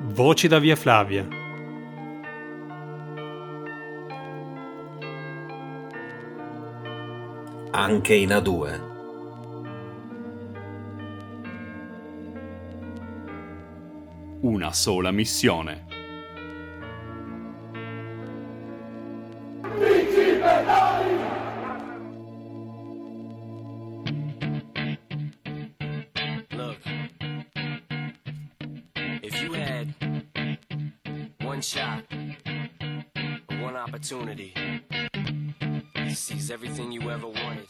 Voci da Via Flavia. Anche in A2. Una sola missione. Look, if you had one shot, one opportunity to seize everything you ever wanted.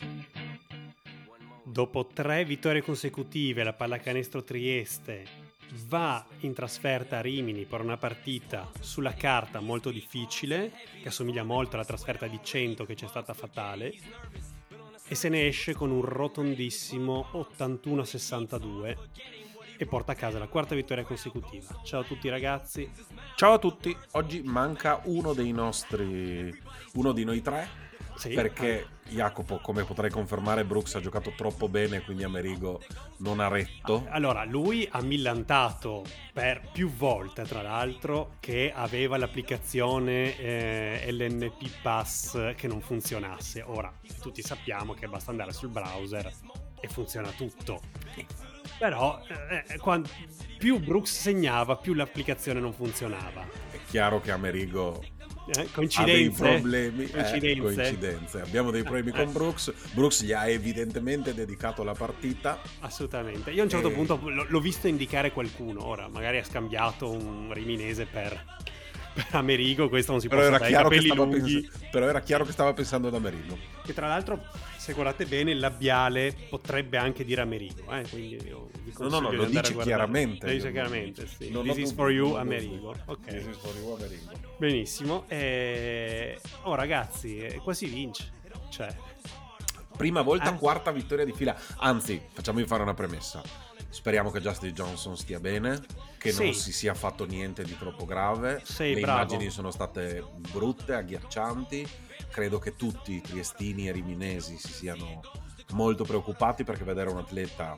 Dopo 3 vittorie consecutive, la Pallacanestro Trieste va in trasferta a Rimini per una partita sulla carta molto difficile, che assomiglia molto alla trasferta di Cento che c'è stata fatale, e se ne esce con un rotondissimo 81-62 e porta a casa la 4ª vittoria consecutiva. Ciao a tutti ragazzi. Ciao a tutti. Oggi manca uno di noi tre. Sì, perché Jacopo, come potrai confermare, Brooks ha giocato troppo bene, quindi Amerigo non ha retto. Allora, lui ha millantato per più volte, tra l'altro, che aveva l'applicazione LNP Pass che non funzionasse. Ora, tutti sappiamo che basta andare sul browser e funziona tutto. Però, più Brooks segnava, più l'applicazione non funzionava. È chiaro che Amerigo coincidenze? ha dei problemi. Coincidenze. Abbiamo dei problemi con Brooks. Brooks gli ha evidentemente dedicato la partita. Assolutamente. Io a un certo punto l'ho visto indicare qualcuno. Ora magari ha scambiato un riminese per Amerigo. Questo non si può sapere. Però era chiaro che stava pensando ad Amerigo. Che tra l'altro, se guardate bene, il labiale potrebbe anche dire Amerigo. Quindi io vi consiglio no, di lo andare dice a chiaramente. Lo dice chiaramente, sì. Non This is for you, Amerigo. Ok. This is for you, Amerigo. Benissimo. Ragazzi, qua si vince. Cioè, prima volta, 4ª vittoria di fila. Anzi, facciamovi fare una premessa. Speriamo che Justin Johnson stia bene, che non si sia fatto niente di troppo grave. Le immagini sono state brutte, agghiaccianti. Credo che tutti i triestini e riminesi si siano molto preoccupati, perché vedere un atleta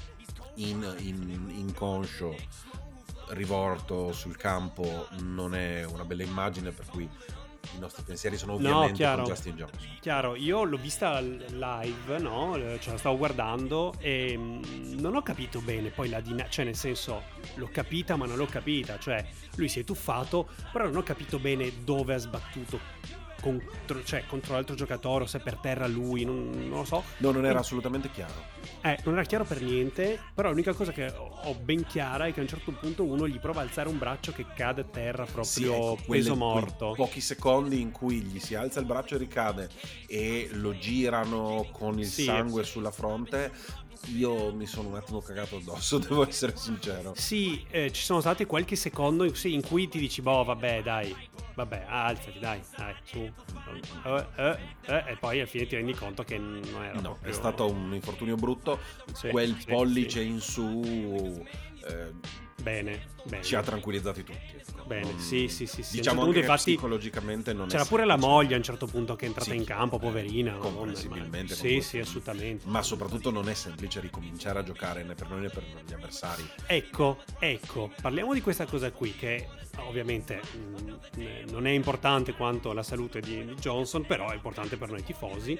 inconscio rivolto sul campo non è una bella immagine, per cui i nostri pensieri sono ovviamente con Justin Johnson. Chiaro, io l'ho vista live, no? Cioè la stavo guardando e non ho capito bene poi la dinamica, cioè nel senso l'ho capita ma non l'ho capita, cioè lui si è tuffato, però non ho capito bene dove ha sbattuto contro l'altro giocatore, o se per terra lui, non lo so. No, non era assolutamente chiaro. Non era chiaro per niente, però l'unica cosa che ho ben chiara è che a un certo punto uno gli prova a alzare un braccio che cade a terra proprio peso morto. Pochi secondi in cui gli si alza il braccio e ricade e lo girano con il sangue sulla fronte. Io mi sono un attimo cagato addosso, devo essere sincero. Sì, ci sono stati qualche secondo in cui ti dici, vabbè, alzati, dai, su. E poi alla fine ti rendi conto che non era proprio... È stato un infortunio brutto. Quel pollice in su bene. ci ha tranquillizzati tutti. Bene, sì. Diciamo che infatti, psicologicamente non c'era pure la moglie a un certo punto che è entrata in campo, poverina. Comprensibilmente. Sì, assolutamente. Ma soprattutto non è semplice ricominciare a giocare né per noi né per gli avversari. Ecco, parliamo di questa cosa qui, che ovviamente non è importante quanto la salute di Johnson, però è importante per noi tifosi.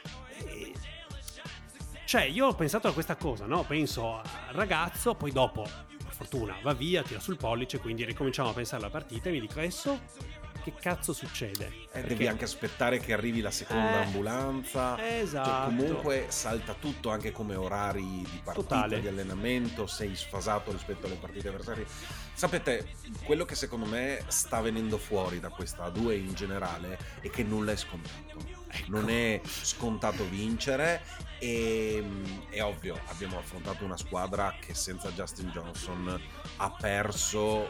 Cioè, io ho pensato a questa cosa, no? Penso al ragazzo, poi dopo, per fortuna, va via, tira sul pollice, quindi ricominciamo a pensare alla partita e mi dico, adesso che cazzo succede? Devi anche aspettare che arrivi la seconda ambulanza. Esatto. Cioè, comunque salta tutto, anche come orari di partita, totale, di allenamento, sei sfasato rispetto alle partite avversarie. Sapete, quello che secondo me sta venendo fuori da questa A2 in generale è che nulla è scontato. Non è scontato vincere e è ovvio, abbiamo affrontato una squadra che senza Justin Johnson ha perso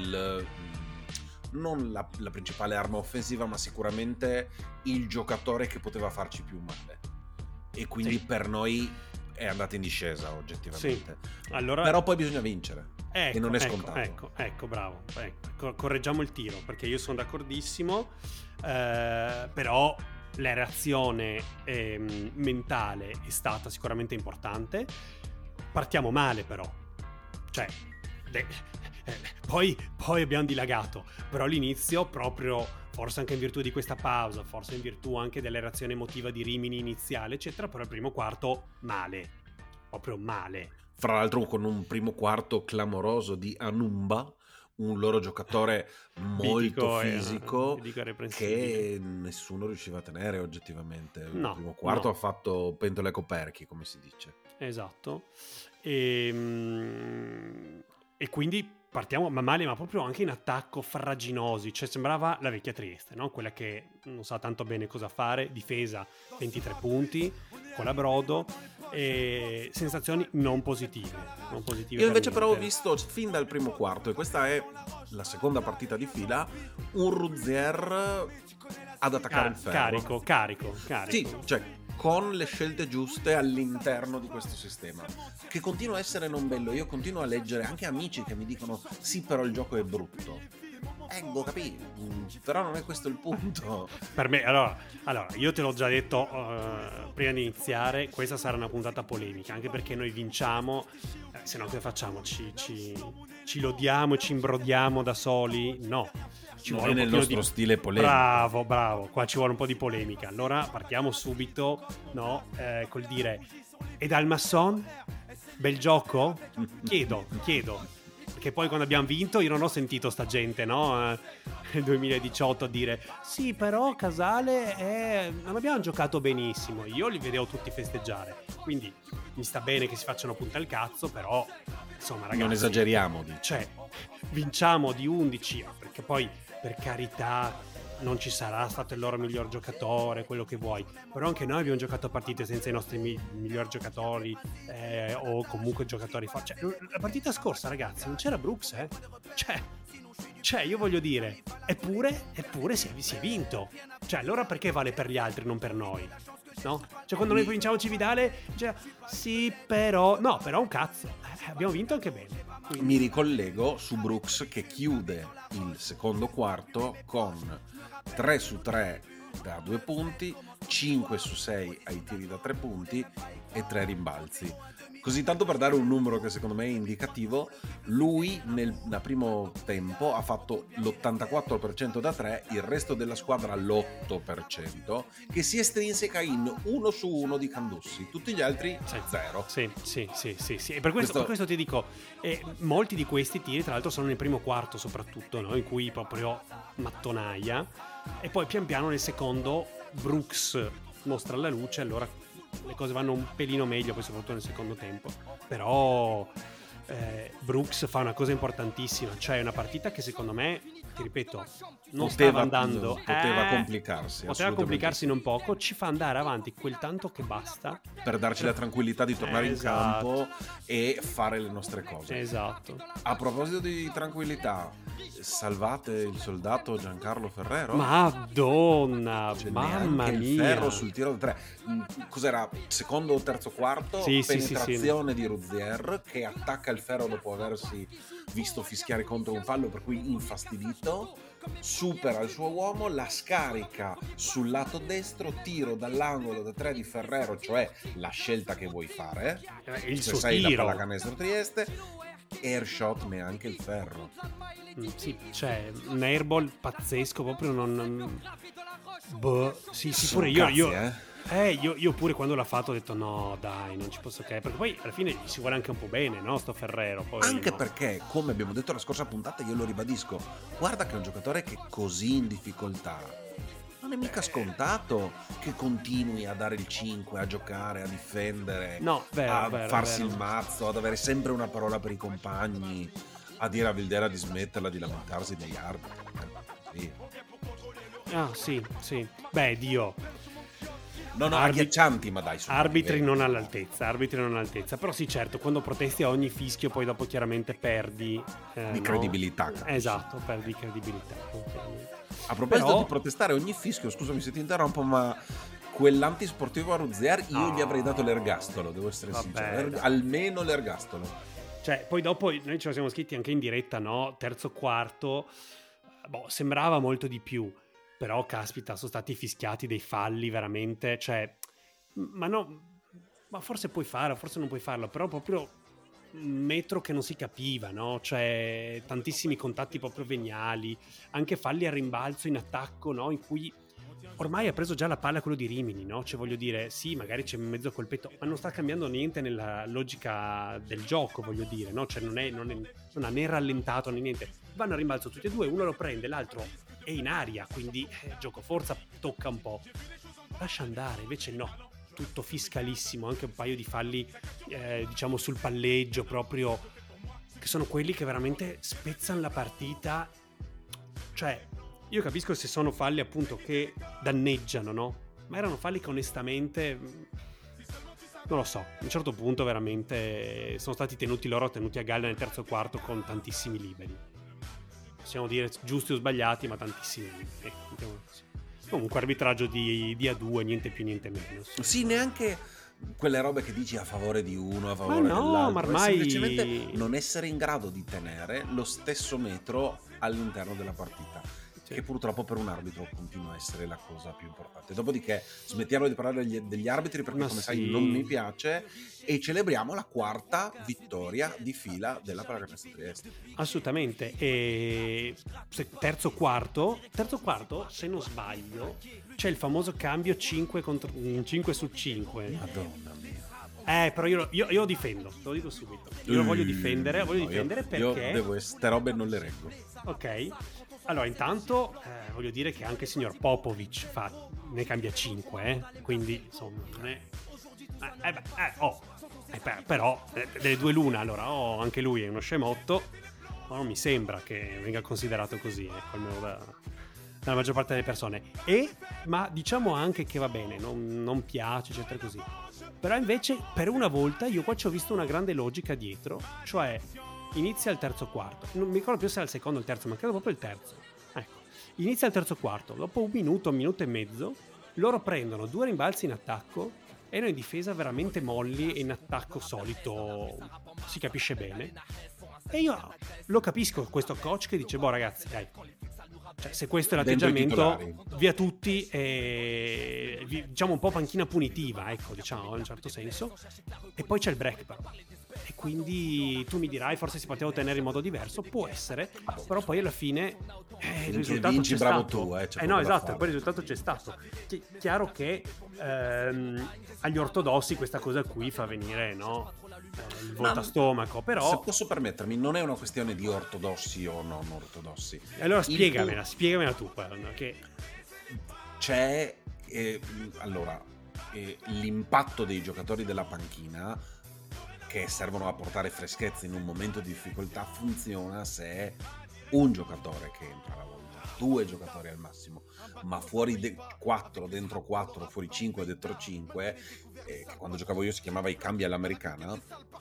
non la principale arma offensiva, ma sicuramente il giocatore che poteva farci più male, e quindi per noi è andata in discesa oggettivamente. Allora, però poi bisogna vincere e non è scontato. Ecco, bravo. Correggiamo il tiro, perché io sono d'accordissimo, però la reazione mentale è stata sicuramente importante. Partiamo male, però, cioè Poi abbiamo dilagato, però l'inizio proprio, forse anche in virtù di questa pausa, forse in virtù anche della reazione emotiva di Rimini iniziale, eccetera, però il primo quarto male, proprio male. Fra l'altro con un primo quarto clamoroso di Anumba, un loro giocatore molto fisico che nessuno riusciva a tenere oggettivamente. Il primo quarto ha fatto pentole e coperchi, come si dice. Esatto. E quindi partiamo male, ma proprio anche in attacco, farraginosi, cioè sembrava la vecchia Trieste, no? Quella che non sa tanto bene cosa fare, difesa 23 punti con la Brodo, e sensazioni non positive. Io invece però ho visto fin dal primo quarto, e questa è la seconda partita di fila, un Ruzier ad attaccare il ferro. Carico. Sì, cioè con le scelte giuste all'interno di questo sistema, che continua a essere non bello. Io continuo a leggere anche amici che mi dicono sì, però il gioco è brutto. Capito, però non è questo il punto. Per me, allora io te l'ho già detto prima di iniziare, questa sarà una puntata polemica, anche perché noi vinciamo, se no che facciamo? Ci lodiamo, ci imbrodiamo da soli? No. Non è nel nostro stile polemico. Bravo, qua ci vuole un po' di polemica. Allora partiamo subito, no? Col dire: e dal Masson? Bel gioco? Chiedo. Perché poi quando abbiamo vinto io non ho sentito sta gente, no? Nel 2018 a dire sì, però Casale non abbiamo giocato benissimo. Io li vedevo tutti festeggiare, quindi mi sta bene che si facciano punta al cazzo, però insomma ragazzi, non esageriamo, cioè vinciamo di 11, perché poi per carità non ci sarà stato il loro miglior giocatore, quello che vuoi, però anche noi abbiamo giocato partite senza i nostri miglior giocatori, o comunque giocatori forti. Cioè, la partita scorsa, ragazzi, non c'era Brooks, cioè io voglio dire, eppure si è vinto. Cioè allora perché vale per gli altri, non per noi? No? Cioè quando noi vinciamo Cividale, cioè, sì, però un cazzo, abbiamo vinto anche bene. Quindi mi ricollego su Brooks che chiude il secondo quarto con 3 su 3 da 2 punti, 5 su 6 ai tiri da 3 punti e 3 rimbalzi. Così tanto per dare un numero che secondo me è indicativo, lui nel primo tempo ha fatto l'84% da 3, il resto della squadra l'8%, che si estrinseca in 1 su 1 di Candussi, tutti gli altri 0. Sì. E per questo ti dico, molti di questi tiri tra l'altro sono nel primo quarto soprattutto, no? In cui proprio mattonaia, e poi pian piano nel secondo Brooks mostra la luce, allora le cose vanno un pelino meglio, poi soprattutto nel secondo tempo. Però Brooks fa una cosa importantissima, cioè una partita che secondo me, ti ripeto, non stava andando, poteva complicarsi non poco, ci fa andare avanti quel tanto che basta per darci la tranquillità di tornare in campo e fare le nostre cose. Esatto. A proposito di tranquillità, salvate il soldato Giancarlo Ferrero? Madonna, mamma mia, il ferro sul tiro da 3. Cos'era? Secondo o terzo quarto? Penetrazione di Ruzier che attacca il ferro dopo aversi visto fischiare contro un fallo, per cui infastidito supera il suo uomo, la scarica sul lato destro, tiro dall'angolo da 3 di Ferrero, cioè la scelta che vuoi fare, il se suo sei tiro, da pallacanestro Trieste, airshot neanche il ferro. Sì, cioè un airball pazzesco, proprio non sì, pure io pure quando l'ha fatto ho detto no dai, non ci posso credere, perché poi alla fine gli si vuole anche un po' bene, no, sto Ferrero, anche perché, come abbiamo detto la scorsa puntata, io lo ribadisco, guarda che è un giocatore che è così in difficoltà, non è mica scontato che continui a dare il 5, a giocare, a difendere, farsi il mazzo, ad avere sempre una parola per i compagni, a dire a Vildera di smetterla di lamentarsi degli arbitri. Sì. Beh, Dio. Agghiaccianti, ma dai, arbitri non all'altezza, però sì, certo, quando protesti a ogni fischio poi dopo chiaramente perdi di credibilità. Esatto, perdi credibilità. A proposito di protestare a ogni fischio, scusami se ti interrompo, ma quell'antisportivo a Ruzier io gli avrei dato l'ergastolo, devo essere sincero, almeno l'ergastolo. Cioè, poi dopo noi ce lo siamo scritti anche in diretta, no? Terzo quarto, sembrava molto di più. Però, caspita, sono stati fischiati dei falli veramente, cioè, ma forse puoi farlo, forse non puoi farlo, però proprio metro che non si capiva, no? Cioè tantissimi contatti proprio veniali, anche falli a rimbalzo in attacco, no? In cui ormai ha preso già la palla quello di Rimini, no? Cioè voglio dire, sì, magari c'è mezzo colpetto, ma non sta cambiando niente nella logica del gioco, voglio dire, no? Cioè non ha né rallentato né niente. Vanno a rimbalzo tutti e due, uno lo prende, l'altro è in aria, quindi gioco forza tocca un po'. Lascia andare, invece no. Tutto fiscalissimo, anche un paio di falli diciamo sul palleggio proprio, che sono quelli che veramente spezzano la partita. Cioè io capisco se sono falli appunto che danneggiano, no? Ma erano falli che onestamente non lo so, a un certo punto veramente sono stati tenuti a galla nel terzo quarto con tantissimi liberi, possiamo dire giusti o sbagliati, ma tantissimi liberi. Comunque arbitraggio di A2, niente più niente meno. Sì, neanche quelle robe che dici a favore di uno, a favore no, dell'altro, ma ormai semplicemente non essere in grado di tenere lo stesso metro all'interno della partita, che purtroppo per un arbitro continua a essere la cosa più importante. Dopodiché smettiamo di parlare degli arbitri, perché come sai non mi piace, e celebriamo la quarta vittoria di fila della Pallacanestro Trieste. Assolutamente. E terzo quarto, se non sbaglio, c'è il famoso cambio 5 su 5. Madonna mia. Però io lo difendo, te lo dico subito. Io lo voglio difendere, perché io ste robe non le reggo. Ok. Allora, intanto voglio dire che anche il signor Popovic ne cambia 5, quindi insomma non è... però delle due l'una, allora anche lui è uno scemotto, ma non mi sembra che venga considerato così, almeno dalla maggior parte delle persone. Ma diciamo anche che va bene, non piace, eccetera così. Però invece per una volta io qua ci ho visto una grande logica dietro, cioè inizia il terzo quarto, non mi ricordo più se era il secondo o il terzo, ma credo proprio il terzo. Ecco, inizia il terzo quarto, dopo un minuto e mezzo, loro prendono 2 rimbalzi in attacco e noi in difesa veramente molli, e in attacco solito si capisce bene. E io lo capisco, questo coach che dice, boh ragazzi, dai, cioè, se questo è l'atteggiamento, via tutti, e diciamo un po' panchina punitiva, ecco, diciamo in un certo senso. E poi c'è il break però, e quindi tu mi dirai forse si poteva ottenere in modo diverso, può essere, però poi alla fine il risultato vinci, c'è bravo stato. Tu, no, esatto, poi il risultato c'è stato. Chiaro che agli ortodossi questa cosa qui fa venire, no, il volto a stomaco, però se posso permettermi, non è una questione di ortodossi o non ortodossi. Allora spiegamela tu, che c'è l'impatto dei giocatori della panchina, che servono a portare freschezza in un momento di difficoltà, funziona se un giocatore che entra alla volta, 2 giocatori al massimo, ma fuori 4, dentro 4, fuori 5, dentro 5, che quando giocavo io si chiamava i cambi all'americana,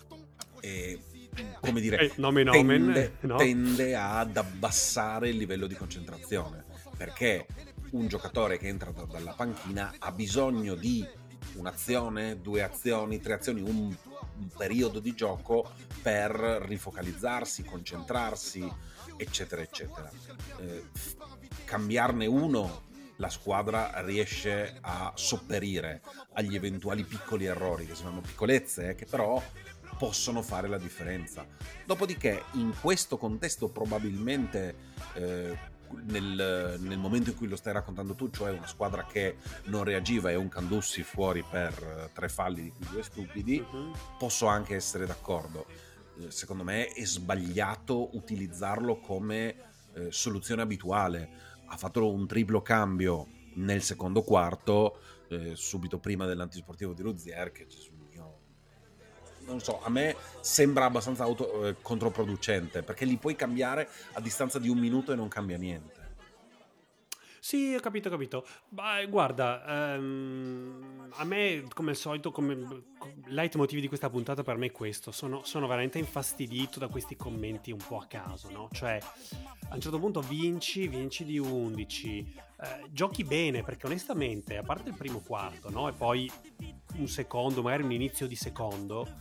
come dire, tende ad abbassare il livello di concentrazione, perché un giocatore che entra dalla panchina ha bisogno di un'azione, 2 azioni, 3 azioni, un periodo di gioco per rifocalizzarsi, concentrarsi, eccetera eccetera. Cambiarne uno, la squadra riesce a sopperire agli eventuali piccoli errori, che sono piccolezze, che però possono fare la differenza. Dopodiché in questo contesto probabilmente nel momento in cui lo stai raccontando tu, cioè una squadra che non reagiva e un Candussi fuori per 3 falli di cui 2 stupidi, posso anche essere d'accordo. Secondo me è sbagliato utilizzarlo come soluzione abituale. Ha fatto un triplo cambio nel secondo quarto, subito prima dell'antisportivo di Rouzier, che non so, a me sembra abbastanza controproducente, perché li puoi cambiare a distanza di 1 minuto e non cambia niente. Sì, ho capito. Guarda, a me, come al solito, come leitmotiv di questa puntata per me è questo. Sono veramente infastidito da questi commenti un po' a caso, no? Cioè, a un certo punto vinci di 11, giochi bene, perché onestamente, a parte il primo quarto, no? E poi un secondo, magari un inizio di secondo,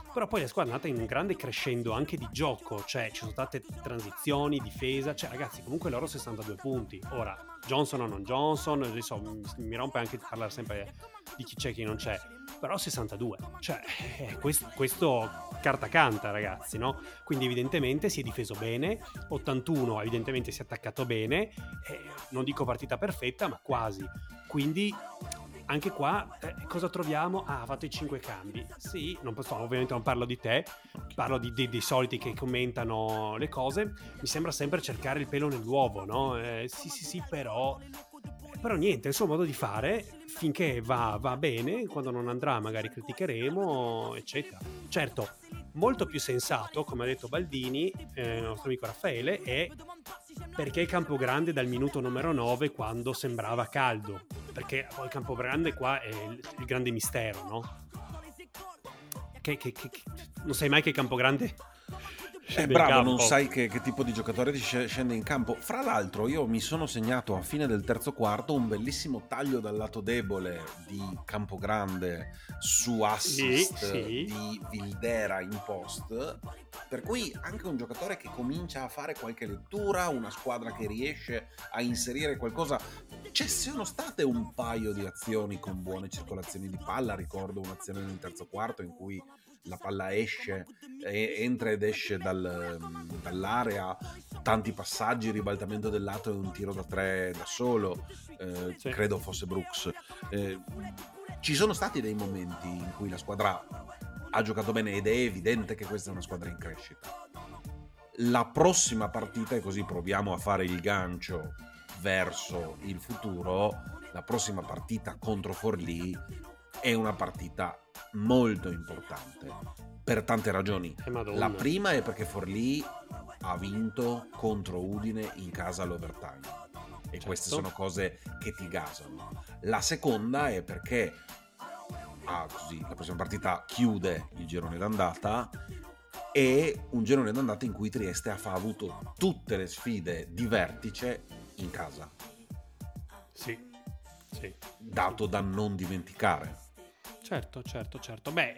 Però poi la squadra è andata in un grande crescendo anche di gioco, cioè ci sono state transizioni, difesa, cioè ragazzi comunque loro 62 punti. Ora, Johnson o non Johnson, adesso mi rompe anche parlare sempre di chi c'è e chi non c'è, però 62, cioè questo carta canta ragazzi, no? Quindi evidentemente si è difeso bene, 81 evidentemente si è attaccato bene, non dico partita perfetta ma quasi, quindi anche qua cosa troviamo? Ha fatto i 5 cambi. Sì, ovviamente non parlo di te, parlo dei soliti che commentano le cose. Mi sembra sempre cercare il pelo nell'uovo, no? Sì, però niente, il suo modo di fare, finché va bene, quando non andrà magari criticheremo, eccetera. Certo, molto più sensato, come ha detto Baldini, il nostro amico Raffaele, è perché Campogrande dal minuto numero 9 quando sembrava caldo, perché poi Campogrande qua è il grande mistero, no? Che non sai mai che Campogrande bravo, non sai che tipo di giocatore ti scende in campo. Fra l'altro io mi sono segnato a fine del terzo quarto un bellissimo taglio dal lato debole di Campogrande su assist di Vildera in post, per cui anche un giocatore che comincia a fare qualche lettura, una squadra che riesce a inserire qualcosa. Ci sono state un paio di azioni con buone circolazioni di palla, ricordo un'azione nel terzo quarto in cui la palla entra ed esce dall'area, tanti passaggi, ribaltamento del lato e un tiro da 3 da solo, sì. Credo fosse Brooks. Ci sono stati dei momenti in cui la squadra ha giocato bene ed è evidente che questa è una squadra in crescita. La prossima partita, e così proviamo a fare il gancio verso il futuro, la prossima partita contro Forlì è una partita molto importante per tante ragioni. La prima è perché Forlì ha vinto contro Udine in casa all'overtime e certo. Queste sono cose che ti gasano. La seconda è perché così la prossima partita chiude il girone d'andata, e un girone d'andata in cui Trieste ha avuto tutte le sfide di vertice in casa. Sì. Dato da non dimenticare. Certo. Beh,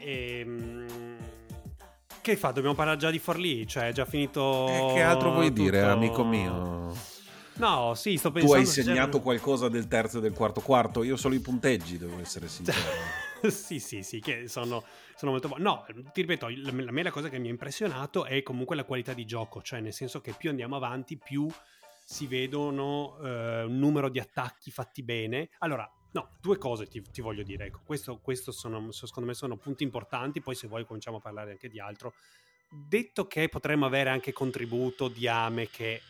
che fa? Dobbiamo parlare già di Forlì? Cioè, è già finito. Che altro vuoi dire, amico mio? No, sì, sto pensando. Tu hai segnato qualcosa del terzo e del quarto? Io solo i punteggi, devo essere sincero. sì, che sono molto buoni. No, ti ripeto, a me la cosa che mi ha impressionato è comunque la qualità di gioco, cioè nel senso che più andiamo avanti, più si vedono un numero di attacchi fatti bene. Allora, no, due cose ti voglio dire, ecco, questo secondo me sono punti importanti, poi se vuoi cominciamo a parlare anche di altro. Detto che potremmo avere anche contributo di Ame che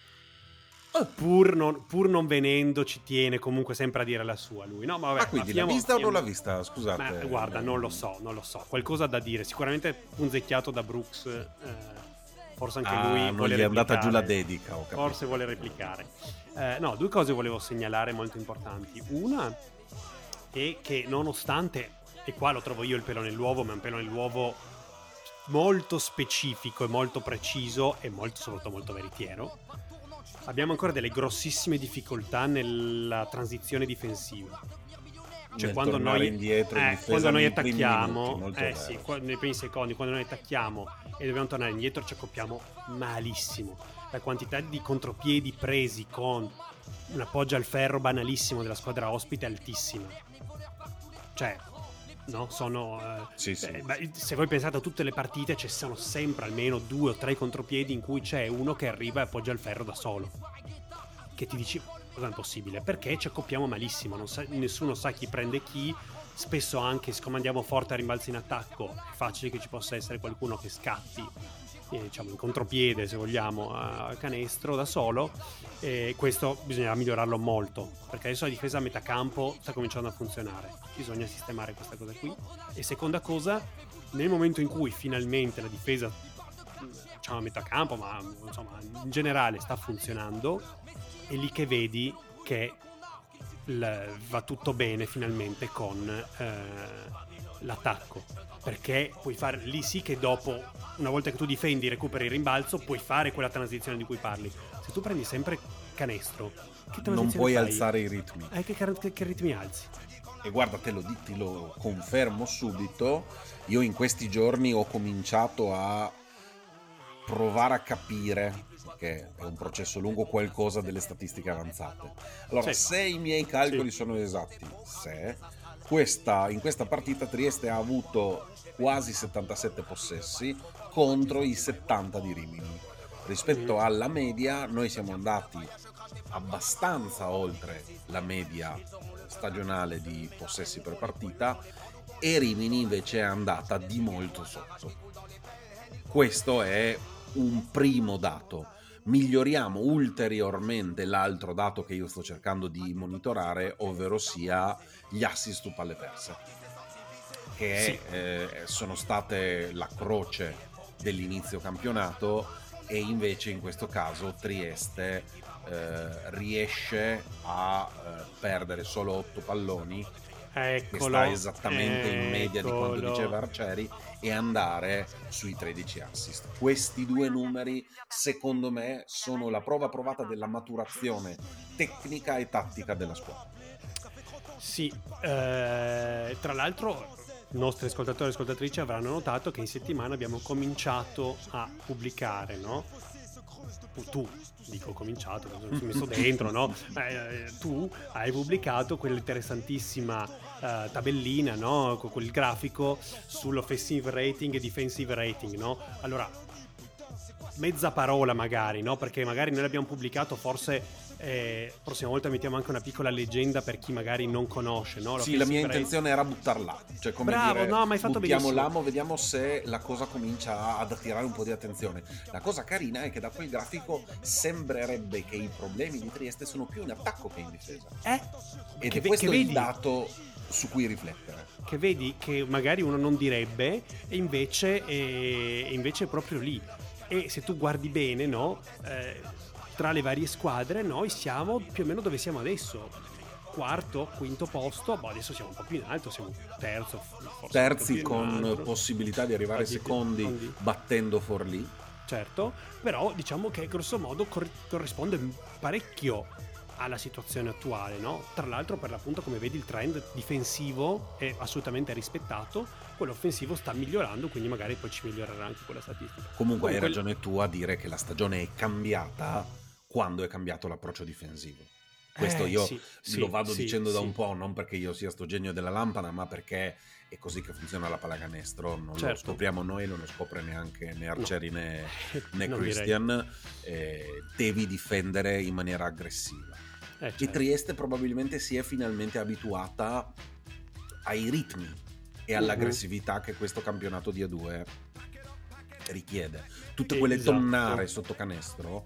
pur non venendo ci tiene comunque sempre a dire la sua lui, no? Ma vabbè, quindi l'ha vista o non l'ha vista? Scusate. Ma guarda, non lo so, qualcosa da dire, sicuramente punzecchiato da Brooks, forse anche lui non gli è andata giù la dedica, forse vuole replicare. No, due cose volevo segnalare molto importanti. Una è che nonostante, e qua lo trovo io il pelo nell'uovo, ma è un pelo nell'uovo molto specifico e molto preciso e soprattutto molto veritiero, abbiamo ancora delle grossissime difficoltà nella transizione difensiva. Cioè quando noi attacchiamo, nei primi secondi, quando noi attacchiamo e dobbiamo tornare indietro, ci accoppiamo malissimo. La quantità di contropiedi presi con un appoggio al ferro banalissimo della squadra ospite è altissima. Cioè, no, sono sì. Se voi pensate a tutte le partite, ci sono sempre almeno 2 o 3 contropiedi in cui c'è uno che arriva e appoggia il ferro da solo, che ti dici cosa è possibile, perché ci accoppiamo malissimo, nessuno sa chi prende chi. Spesso anche siccome andiamo forte a rimbalzi in attacco è facile che ci possa essere qualcuno che scatti diciamo in contropiede, se vogliamo, a canestro da solo, e questo bisogna migliorarlo molto, perché adesso la difesa a metà campo sta cominciando a funzionare, bisogna sistemare questa cosa qui. E seconda cosa, nel momento in cui finalmente la difesa, diciamo a metà campo, ma insomma in generale sta funzionando, è lì che vedi che va tutto bene finalmente con l'attacco, perché puoi fare lì sì che dopo, una volta che tu difendi, recuperi il rimbalzo, puoi fare quella transizione di cui parli. Se tu prendi sempre canestro, che non puoi alzare i ritmi. Che ritmi alzi? e guarda, te lo confermo subito, io in questi giorni ho cominciato a provare a capire, che è un processo lungo, qualcosa delle statistiche avanzate. Allora, Sì. se i miei calcoli sono esatti, se in questa partita Trieste ha avuto quasi 77 possessi contro i 70 di Rimini. Rispetto alla media, noi siamo andati abbastanza oltre la media stagionale di possessi per partita e Rimini invece è andata di molto sotto. Questo è un primo dato. Miglioriamo ulteriormente l'altro dato che io sto cercando di monitorare, ovvero sia gli assist su palle perse, che sono state la croce dell'inizio campionato, e invece in questo caso Trieste riesce a perdere solo 8 palloni, che sta esattamente in media di quanto diceva Arcieri, e andare sui 13 assist. Questi due numeri secondo me sono la prova provata della maturazione tecnica e tattica della squadra. Sì, tra l'altro i nostri ascoltatori e ascoltatrici avranno notato che in settimana abbiamo cominciato a pubblicare, no? Tu, dico cominciato, mi sono messo dentro, no? Tu hai pubblicato quell'interessantissima tabellina, no? Con quel grafico sull'offensive rating e defensive rating, no? Allora, mezza parola magari, no? Perché magari noi l'abbiamo pubblicato, forse prossima volta mettiamo anche una piccola leggenda per chi magari non conosce, no? Sì, la mia intenzione era buttarla, cioè come bravo, dire, no, ma hai fatto buttiamo benissimo. l'amo, vediamo se la cosa comincia ad attirare un po' di attenzione. La cosa carina è che da quel grafico sembrerebbe che i problemi di Trieste sono più in attacco che in difesa. Ed è questo il dato su cui riflettere. Che vedi che magari uno non direbbe, e invece è proprio lì. E se tu guardi bene, no? Tra le varie squadre noi siamo più o meno dove siamo adesso, quarto, quinto posto. Adesso siamo un po' più in alto, siamo terzo, forse terzi, con possibilità di arrivare secondi battendo Forlì. Certo, però diciamo che grosso modo corrisponde parecchio alla situazione attuale, no? Tra l'altro, per l'appunto, come vedi, il trend difensivo è assolutamente rispettato, quello offensivo sta migliorando, quindi magari poi ci migliorerà anche quella statistica. Comunque hai ragione tu a dire che la stagione è cambiata quando è cambiato l'approccio difensivo. Questo io lo vado dicendo da un po', non perché io sia sto genio della lampada, ma perché è così che funziona la pallacanestro. Non lo scopriamo noi, non lo scopre neanche né Arcieri né Christian. Devi difendere in maniera aggressiva. E Trieste probabilmente si è finalmente abituata ai ritmi e all'aggressività che questo campionato di A2 richiede. Tutte quelle tonnare sotto canestro,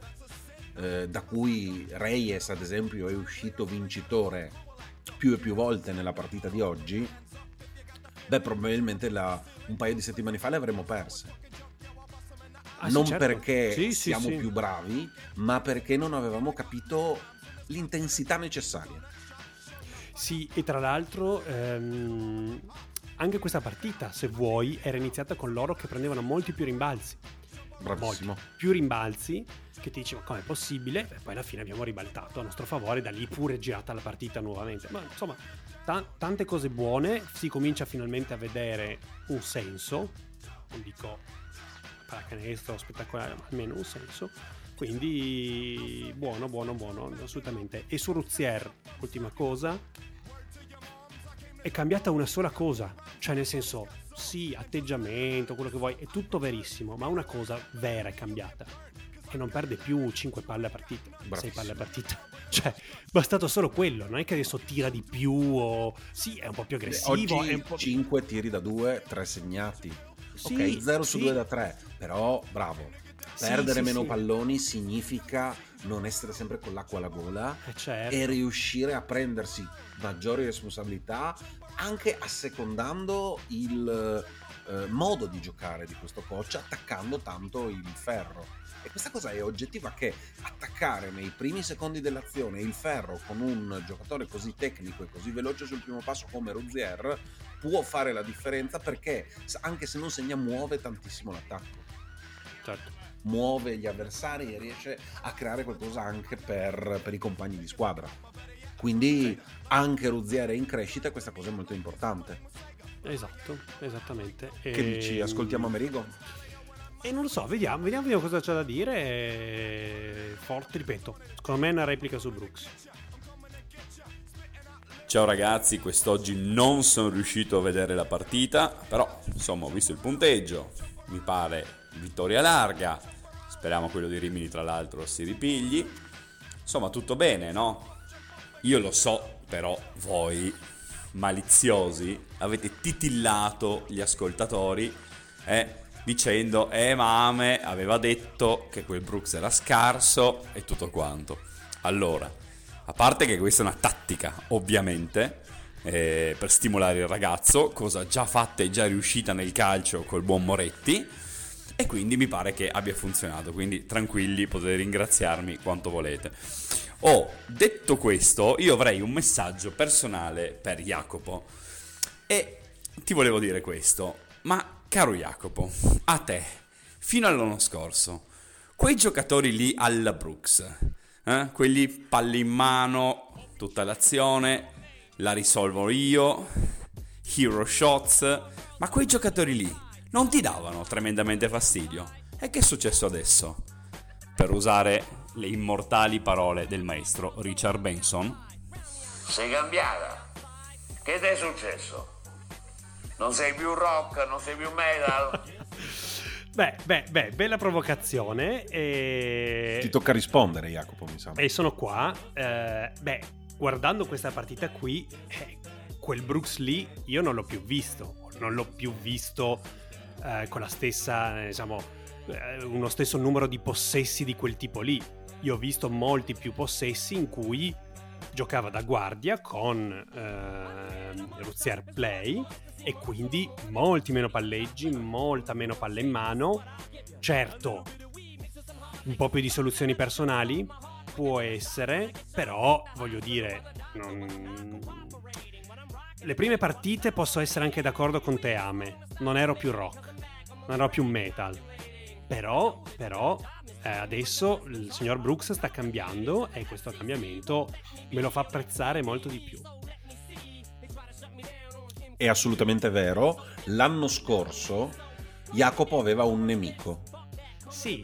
da cui Reyes ad esempio è uscito vincitore più e più volte nella partita di oggi, probabilmente un paio di settimane fa le avremmo perse. Non perché siamo più bravi, ma perché non avevamo capito l'intensità necessaria. Sì, e tra l'altro anche questa partita, se vuoi, era iniziata con loro che prendevano molti più rimbalzi. Bravissimo. Molti più rimbalzi, che ti dici ma com'è possibile? E poi alla fine abbiamo ribaltato a nostro favore, da lì pure girata la partita nuovamente. Ma insomma, tante cose buone, si comincia finalmente a vedere un senso, non dico pallacanestro spettacolare, ma almeno un senso. Quindi buono, assolutamente. E su Ruzier, ultima cosa, è cambiata una sola cosa, cioè nel senso, sì, atteggiamento, quello che vuoi, è tutto verissimo, ma una cosa vera è cambiata, che non perde più 5 palle a partita, 6 palle a partita, cioè bastato solo quello, non è che adesso tira di più o sì, è un po' più aggressivo. Oggi è un po'... 5 tiri da 2, 3 segnati, ok, 0 su 2 da 3, però bravo. Perdere meno palloni significa non essere sempre con l'acqua alla gola, e riuscire a prendersi maggiori responsabilità, anche assecondando il modo di giocare di questo coach, attaccando tanto il ferro. E questa cosa è oggettiva, che attaccare nei primi secondi dell'azione il ferro con un giocatore così tecnico e così veloce sul primo passo come Ruzier può fare la differenza, perché anche se non segna muove tantissimo l'attacco. Certo. Muove gli avversari e riesce a creare qualcosa anche per i compagni di squadra. Quindi anche Ruzier è in crescita e questa cosa è molto importante. Esatto, esattamente. Che dici? Ascoltiamo Amerigo? E non lo so, vediamo cosa c'è da dire. Forte, ripeto, secondo me è una replica su Brooks. Ciao ragazzi, quest'oggi non sono riuscito a vedere la partita, però insomma ho visto il punteggio, mi pare vittoria larga, speriamo quello di Rimini tra l'altro si ripigli, insomma tutto bene, no? Io lo so, però voi maliziosi avete titillato gli ascoltatori dicendo Mame aveva detto che quel Brooks era scarso e tutto quanto. Allora, a parte che questa è una tattica ovviamente per stimolare il ragazzo, cosa già fatta e già riuscita nel calcio col buon Moretti, e quindi mi pare che abbia funzionato, quindi tranquilli, potete ringraziarmi quanto volete. Detto questo, io avrei un messaggio personale per Jacopo e ti volevo dire questo: ma caro Jacopo, a te fino all'anno scorso quei giocatori lì alla Brooks, quelli palle in mano, tutta l'azione la risolvo io, hero shots, ma quei giocatori lì non ti davano tremendamente fastidio? E che è successo adesso? Per usare le immortali parole del maestro Richard Benson: sei cambiata. Che ti è successo? Non sei più rock, non sei più metal? Beh, bella provocazione. Ti tocca rispondere, Jacopo, mi sa. E sono qua. Guardando questa partita qui, quel Brooks lì io non l'ho più visto. Non l'ho più visto con la stessa, uno stesso numero di possessi di quel tipo lì. Io ho visto molti più possessi in cui giocava da guardia con Ruzier play, e quindi molti meno palleggi, molta meno palla in mano. Certo, un po' più di soluzioni personali può essere, però voglio dire, le prime partite posso essere anche d'accordo con te, Ame, non ero più rock, non ero più metal, però adesso il signor Brooks sta cambiando e questo cambiamento me lo fa apprezzare molto di più. È assolutamente vero. L'anno scorso Jacopo aveva un nemico. Sì.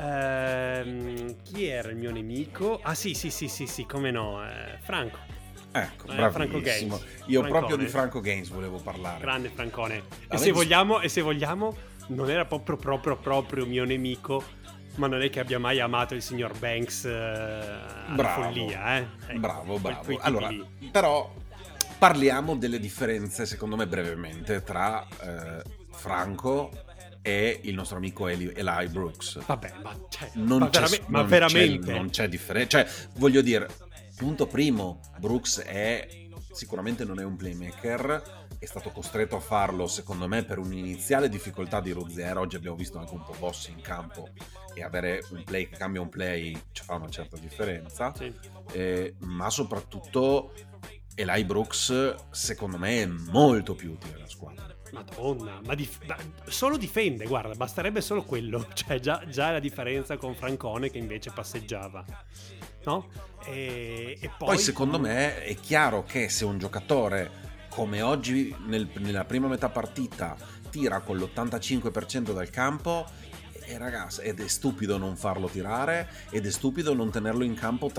Chi era il mio nemico? Ah sì, come no, Franco. Ecco, bravissimo. Franco Io Francone. Proprio di Franco Gaines volevo parlare. Grande Francone. E se vogliamo, non era proprio mio nemico, ma non è che abbia mai amato il signor Banks alla follia, Ecco, Bravo. Allora, però parliamo delle differenze, secondo me brevemente, tra Franco e il nostro amico Eli Brooks. Vabbè, veramente non c'è differenza. Cioè, voglio dire, punto primo, Brooks sicuramente non è un playmaker, è stato costretto a farlo secondo me per un'iniziale difficoltà di Ruzier. Oggi abbiamo visto anche un po' Bossi in campo, e avere un play che cambia un play ci fa una certa differenza, sì. Ma soprattutto Eli Brooks secondo me è molto più utile alla squadra. Madonna, ma solo difende, guarda, basterebbe solo quello, cioè già la differenza con Francone che invece passeggiava, no? E poi secondo me è chiaro che se un giocatore come oggi nella prima metà partita tira con l'85% dal campo, ragazzi, ed è stupido non farlo tirare, ed è stupido non tenerlo in campo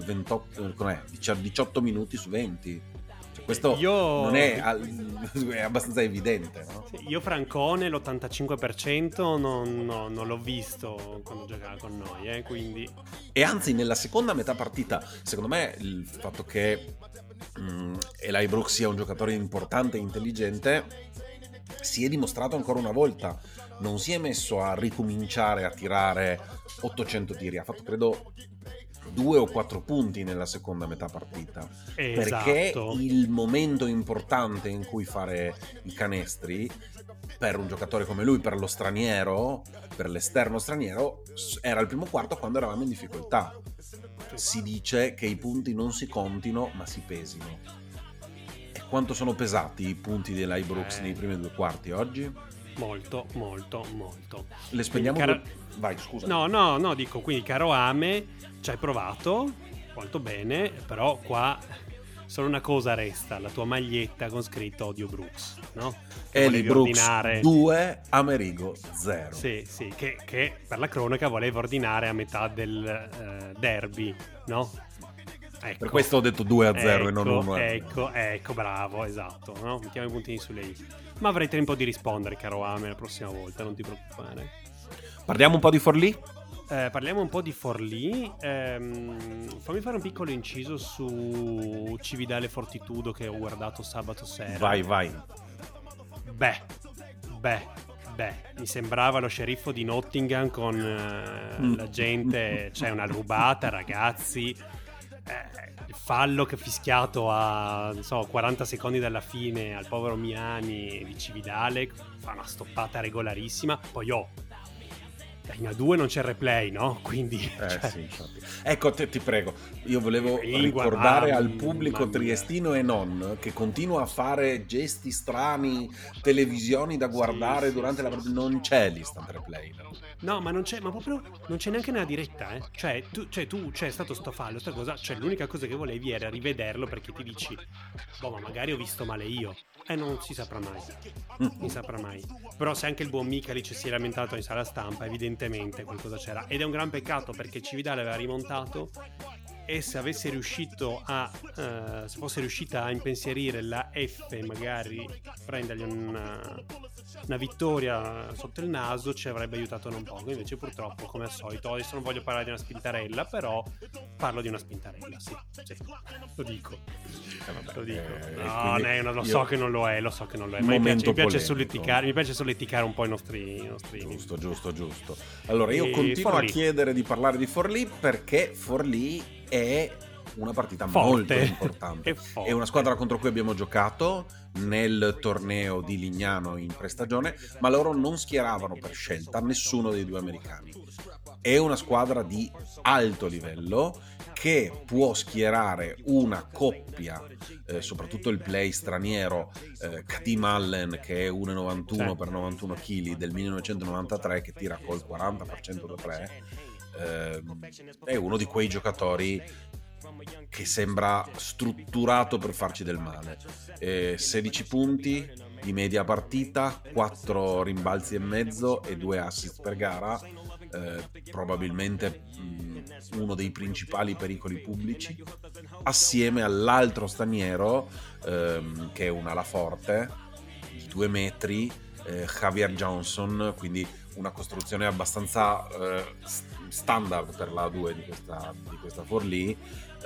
18 minuti su 20. Questo non è abbastanza evidente, no? Io Francone l'85% non l'ho visto quando giocava con noi, quindi. E anzi nella seconda metà partita, secondo me il fatto che Eli Brooks sia un giocatore importante e intelligente si è dimostrato ancora una volta. Non si è messo a ricominciare a tirare 800 tiri, ha fatto credo 2 o 4 punti nella seconda metà partita, esatto. Perché il momento importante in cui fare i canestri per un giocatore come lui, per lo straniero, per l'esterno straniero, era il primo quarto, quando eravamo in difficoltà. Si dice che i punti non si contino ma si pesino. E quanto sono pesati i punti di Eli Brooks nei primi 2 quarti oggi? Molto. Le spendiamo vai, scusa. No, dico, quindi caro Ame, ci hai provato? molto bene, però qua solo una cosa resta, la tua maglietta con scritto Odio Brooks, no? Eli Brooks 2, Amerigo 0. Sì, che per la cronaca voleva ordinare a metà del derby, no? Ecco. Per questo ho detto 2-0 e non 1-0. Ecco, bravo, esatto, no? Mettiamo i puntini sulle i. Ma avrai tempo di rispondere, caro Ame, la prossima volta, non ti preoccupare. Parliamo un po' di Forlì? Parliamo un po' di Forlì. Fammi fare un piccolo inciso su Cividale Fortitudo che ho guardato sabato sera. Vai. Beh, mi sembrava lo sceriffo di Nottingham con la gente, cioè una rubata, ragazzi. Il fallo che ha fischiato a 40 secondi dalla fine al povero Miani di Cividale, fa una stoppata regolarissima. Poi in A2 non c'è il replay, no? Quindi sì, infatti. Ecco, ti prego, io volevo ricordare al pubblico triestino e non, che continua a fare gesti strani, televisioni da guardare durante la partita. Non c'è l'instant replay, no, ma non c'è, ma proprio non c'è neanche nella diretta, Cioè tu c'è stato sto fallo, sta cosa, cioè l'unica cosa che volevi era rivederlo perché ti dici, ma magari ho visto male io. Non si saprà mai. Però se anche il buon Michalic si è lamentato in sala stampa, evidentemente qualcosa c'era. Ed è un gran peccato perché Cividale aveva rimontato e se fosse riuscita a impensierire la F, magari prendergli una vittoria sotto il naso, ci avrebbe aiutato non poco. Invece purtroppo, come al solito, adesso non voglio parlare di una spintarella, però parlo di una spintarella, sì, lo dico. Lo so che non lo è, ma mi piace solleticare un po' i nostri Giusto. Allora io continuo Forlì a chiedere di parlare di Forlì perché Forlì è una partita molto importante. È una squadra contro cui abbiamo giocato nel torneo di Lignano in prestagione, ma loro non schieravano per scelta nessuno dei due americani. È una squadra di alto livello che può schierare una coppia, soprattutto il play straniero, Kadim Allen, che è 1,91 per 91 kg del 1993, che tira col 40% da 3. È uno di quei giocatori che sembra strutturato per farci del male. 16 punti di media partita, 4 rimbalzi e mezzo e 2 assist per gara. Probabilmente uno dei principali pericoli pubblici, assieme all'altro straniero che è un ala forte di 2 metri, Javier Johnson, quindi una costruzione abbastanza standard per la A2 di questa Forlì.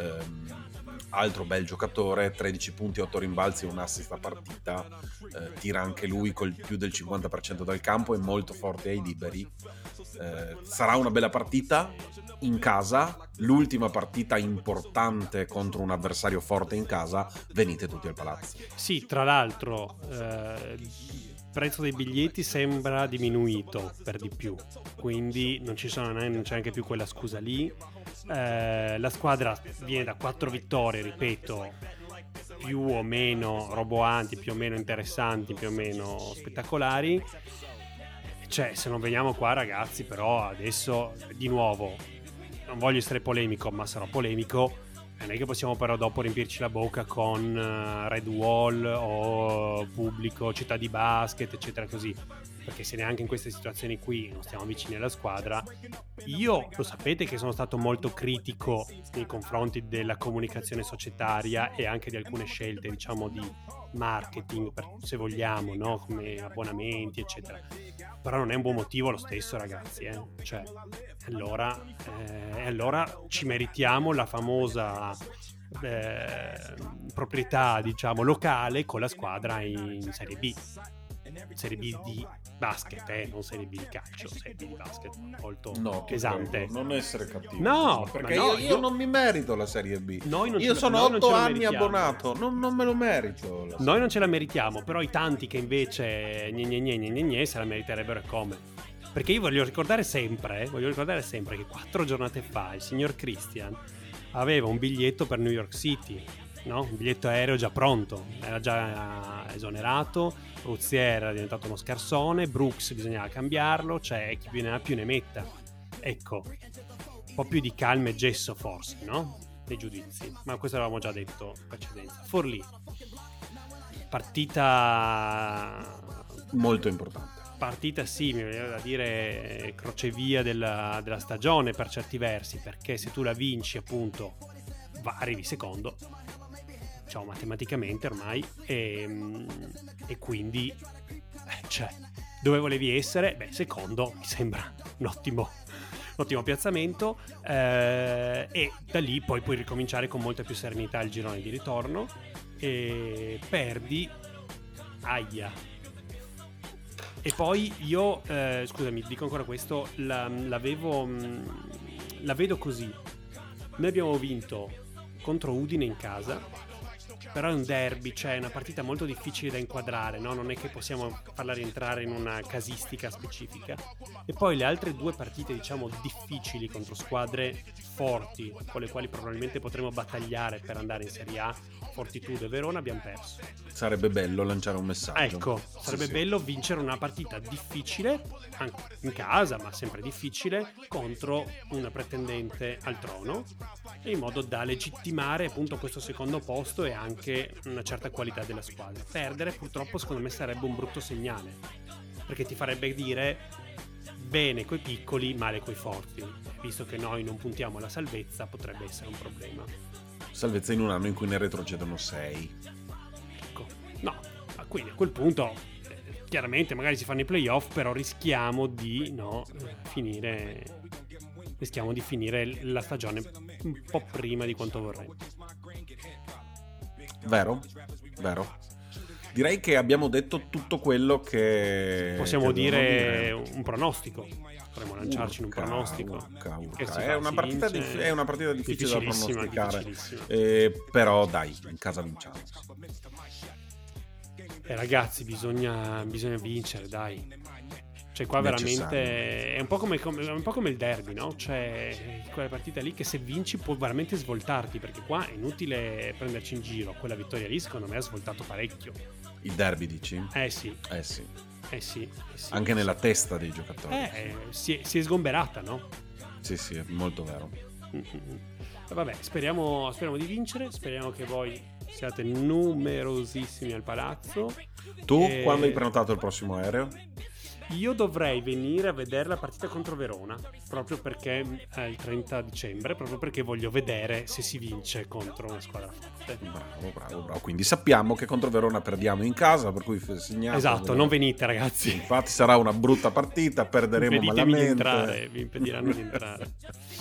Altro bel giocatore, 13 punti, 8 rimbalzi e un assist a partita, tira anche lui col più del 50% dal campo, è molto forte ai liberi. Sarà una bella partita in casa, l'ultima partita importante contro un avversario forte in casa. Venite tutti al palazzo. Sì, tra l'altro il prezzo dei biglietti sembra diminuito per di più, quindi non c'è neanche più quella scusa lì. La squadra viene da 4 vittorie, ripeto, più o meno roboanti, più o meno interessanti, più o meno spettacolari. Cioè, se non veniamo qua, ragazzi, però adesso di nuovo non voglio essere polemico, ma sarò polemico. Non è che possiamo però dopo riempirci la bocca con Red Wall o pubblico, città di basket, eccetera, così, perché se neanche in queste situazioni qui non stiamo vicini alla squadra. Io lo sapete che sono stato molto critico nei confronti della comunicazione societaria e anche di alcune scelte, diciamo, di marketing, se vogliamo, no? Come abbonamenti, eccetera. Però non è un buon motivo lo stesso, ragazzi, Cioè, allora ci meritiamo la famosa proprietà, diciamo, locale con la squadra in Serie B. Serie B di basket, non Serie B di calcio, Serie B di basket molto pesante. Non essere cattivo. No, perché io non mi merito la Serie B. Io sono 8 anni abbonato, non me lo merito. Noi non ce la meritiamo, però i tanti che invece se la meriterebbero e come. Perché io voglio ricordare sempre che 4 giornate fa il signor Christian aveva un biglietto per New York City, no? Un biglietto aereo già pronto, era già esonerato, Ruzier era diventato uno scarsone, Brooks bisognava cambiarlo, cioè chi ne ha più ne metta. Ecco, un po' più di calma e gesso forse, no? dei giudizi, ma questo l'avevamo già detto in precedenza. Forlì, partita molto importante. Partita sì, mi viene da dire crocevia della stagione per certi versi, perché se tu la vinci appunto arrivi secondo, diciamo matematicamente ormai, e quindi cioè, dove volevi essere? Beh, secondo mi sembra un ottimo piazzamento, e da lì poi puoi ricominciare con molta più serenità il girone di ritorno. E perdi, aia. E poi io, scusami, dico ancora questo, la vedo così. Noi abbiamo vinto contro Udine in casa, però è un derby, cioè è una partita molto difficile da inquadrare, no? Non è che possiamo farla rientrare in una casistica specifica. E poi le altre due partite, diciamo, difficili contro squadre forti, con le quali probabilmente potremo battagliare per andare in Serie A, Fortitudo e Verona, abbiamo perso. Sarebbe bello lanciare un messaggio. Ecco, sarebbe bello vincere una partita difficile, anche in casa, ma sempre difficile, contro una pretendente al trono, in modo da legittimare appunto questo secondo posto e anche una certa qualità della squadra. Perdere purtroppo secondo me sarebbe un brutto segnale, perché ti farebbe dire bene coi piccoli, male coi forti. Visto che noi non puntiamo alla salvezza, potrebbe essere un problema. Salvezza in un anno in cui ne retrocedono 6. Ecco, no, quindi a quel punto chiaramente magari si fanno i playoff, però rischiamo di finire la stagione un po' prima di quanto vorremmo. Vero. Direi che abbiamo detto tutto quello che possiamo dire. Un pronostico. Potremmo lanciarci in un pronostico. È una partita difficile da pronosticare. Però dai, in casa vinciamo. Ragazzi, bisogna vincere, dai. Cioè qua veramente è un po' come il derby, no? Cioè quella partita lì che se vinci può veramente svoltarti, perché qua è inutile prenderci in giro. Quella vittoria lì secondo me ha svoltato parecchio. Il derby dici? Sì. Anche nella testa dei giocatori. Si è sgomberata, no? Sì, è molto vero. Vabbè, speriamo di vincere. Speriamo che voi siate numerosissimi al palazzo. Tu quando hai prenotato il prossimo aereo? Io dovrei venire a vedere la partita contro Verona, proprio perché è il 30 dicembre, proprio perché voglio vedere se si vince contro una squadra forte. Bravo. Quindi sappiamo che contro Verona perdiamo in casa, per cui segnate. Esatto, non venite ragazzi. Infatti sarà una brutta partita, perderemo malamente. Vi impediranno di entrare.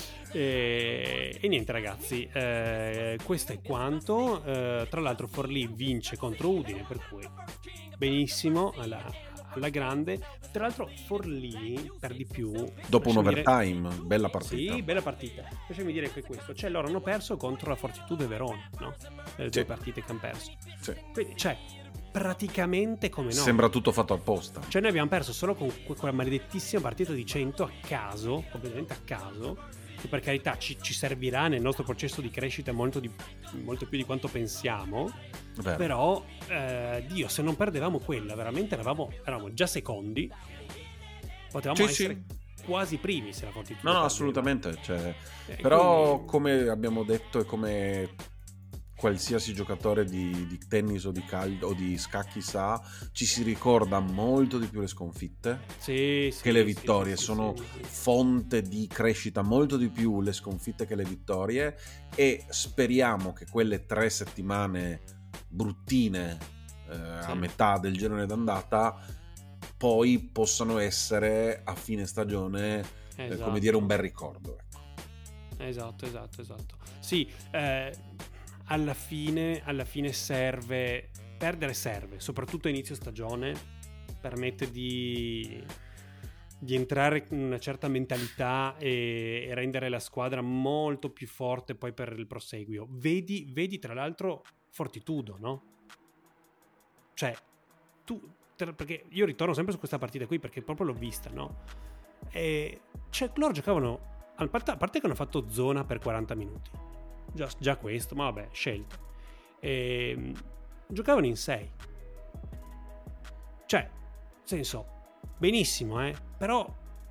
E niente ragazzi, questo è quanto. Tra l'altro Forlì vince contro Udine, per cui benissimo alla grande. Tra l'altro Forlì per di più dopo un overtime, bella partita. Sì, bella partita. Lasciami dire che questo, cioè loro hanno perso contro la Fortitudo e Verona, no? Le due partite che hanno perso. Sì. Quindi cioè praticamente come no. Sembra tutto fatto apposta. Cioè noi abbiamo perso solo con quella maledettissima partita di 100 a caso, completamente a caso, che per carità ci servirà nel nostro processo di crescita molto più di quanto pensiamo. Vero. Però Dio, se non perdevamo quella veramente eravamo già secondi, potevamo essere quasi primi se la Fortitudo. No, assolutamente, cioè, però quindi, come abbiamo detto e come qualsiasi giocatore di tennis o di calcio o di scacchi sa, ci si ricorda molto di più le sconfitte che le vittorie. Sono fonte di crescita molto di più le sconfitte che le vittorie, e speriamo che quelle 3 settimane bruttine a metà del girone d'andata poi possano essere a fine stagione come dire un bel ricordo, ecco. Esatto. Sì, alla fine perdere serve, soprattutto a inizio stagione, permette di entrare in una certa mentalità e rendere la squadra molto più forte poi per il proseguio. Vedi tra l'altro Fortitudo, no? Cioè perché io ritorno sempre su questa partita qui perché proprio l'ho vista, no? E cioè loro giocavano, a parte che hanno fatto zona per 40 minuti, già questo, ma vabbè, scelta. Giocavano in 6, cioè senso benissimo, però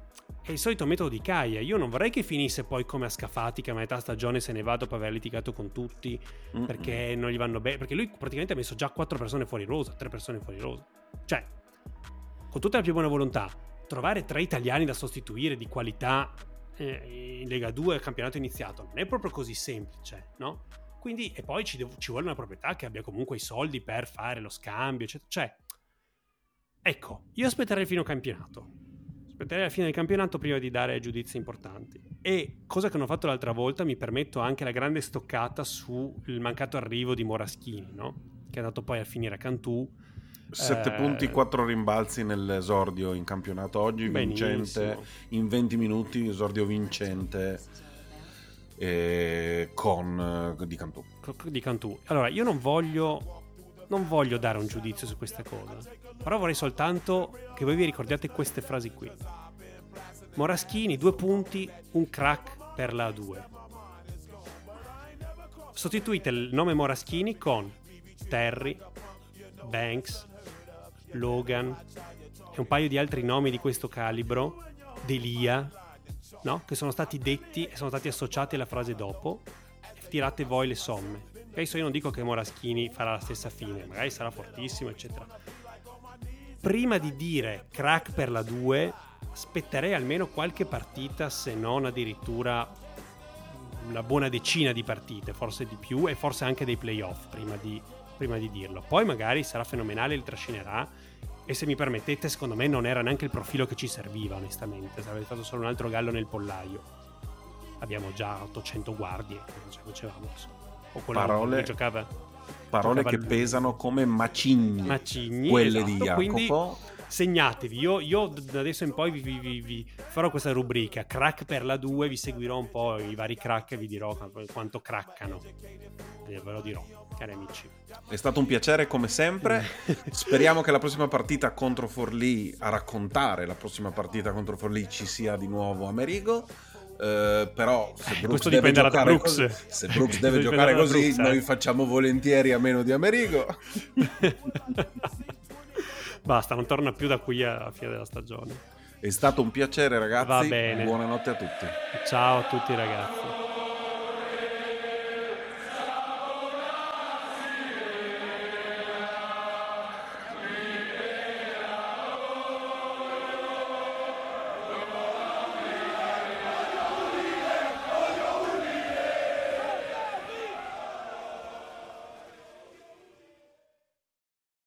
è il solito metodo di Caia. Io non vorrei che finisse poi come a Scafati, che a metà stagione se ne va dopo aver litigato con tutti perché non gli vanno bene, perché lui praticamente ha messo già 4 persone fuori rosa, 3 persone fuori rosa. Cioè, con tutta la più buona volontà, trovare 3 italiani da sostituire di qualità in Lega 2 al campionato iniziato non è proprio così semplice, no? Quindi, e poi ci vuole una proprietà che abbia comunque i soldi per fare lo scambio, eccetera. Cioè, ecco, io aspetterei fino al campionato. Aspetterei alla fine del campionato prima di dare giudizi importanti. E cosa che non ho fatto l'altra volta, mi permetto anche la grande stoccata sul mancato arrivo di Moraschini, no? Che è andato poi a finire a Cantù. 7 punti, 4 rimbalzi nell'esordio in campionato oggi, benissimo. Vincente in 20 minuti, esordio vincente con di Cantù. Allora, io non voglio dare un giudizio su questa cosa, però vorrei soltanto che voi vi ricordiate queste frasi qui. Moraschini 2 punti, un crack per la A2. Sostituite il nome Moraschini con Terry, Banks, Logan e un paio di altri nomi di questo calibro, Delia, no? Che sono stati detti e sono stati associati alla frase dopo, e tirate voi le somme. Adesso io non dico che Moraschini farà la stessa fine, magari sarà fortissimo, eccetera. Prima di dire crack per la 2, aspetterei almeno qualche partita, se non addirittura una buona decina di partite, forse di più, e forse anche dei playoff prima di dirlo. Poi magari sarà fenomenale, li trascinerà, e se mi permettete, secondo me non era neanche il profilo che ci serviva, onestamente. Sarebbe stato solo un altro gallo nel pollaio. Abbiamo già 800 guardie, cosa ci facevamo, insomma. O Parole che pesano come macigni, quelle, esatto, di Jacopo. Quindi segnatevi, io da adesso in poi vi farò questa rubrica crack per la 2, vi seguirò un po' i vari crack e vi dirò quanto craccano, ve lo dirò, cari amici. È stato un piacere come sempre. Speriamo che la prossima partita contro Forlì, a raccontare la prossima partita contro Forlì, ci sia di nuovo Amerigo. Però se Brooks deve giocare così, se Brooks deve giocare così, Brooks, noi facciamo volentieri a meno di Amerigo. Basta, non torna più da qui alla fine della stagione. È stato un piacere, ragazzi. Va bene. Buonanotte a tutti. Ciao a tutti, ragazzi.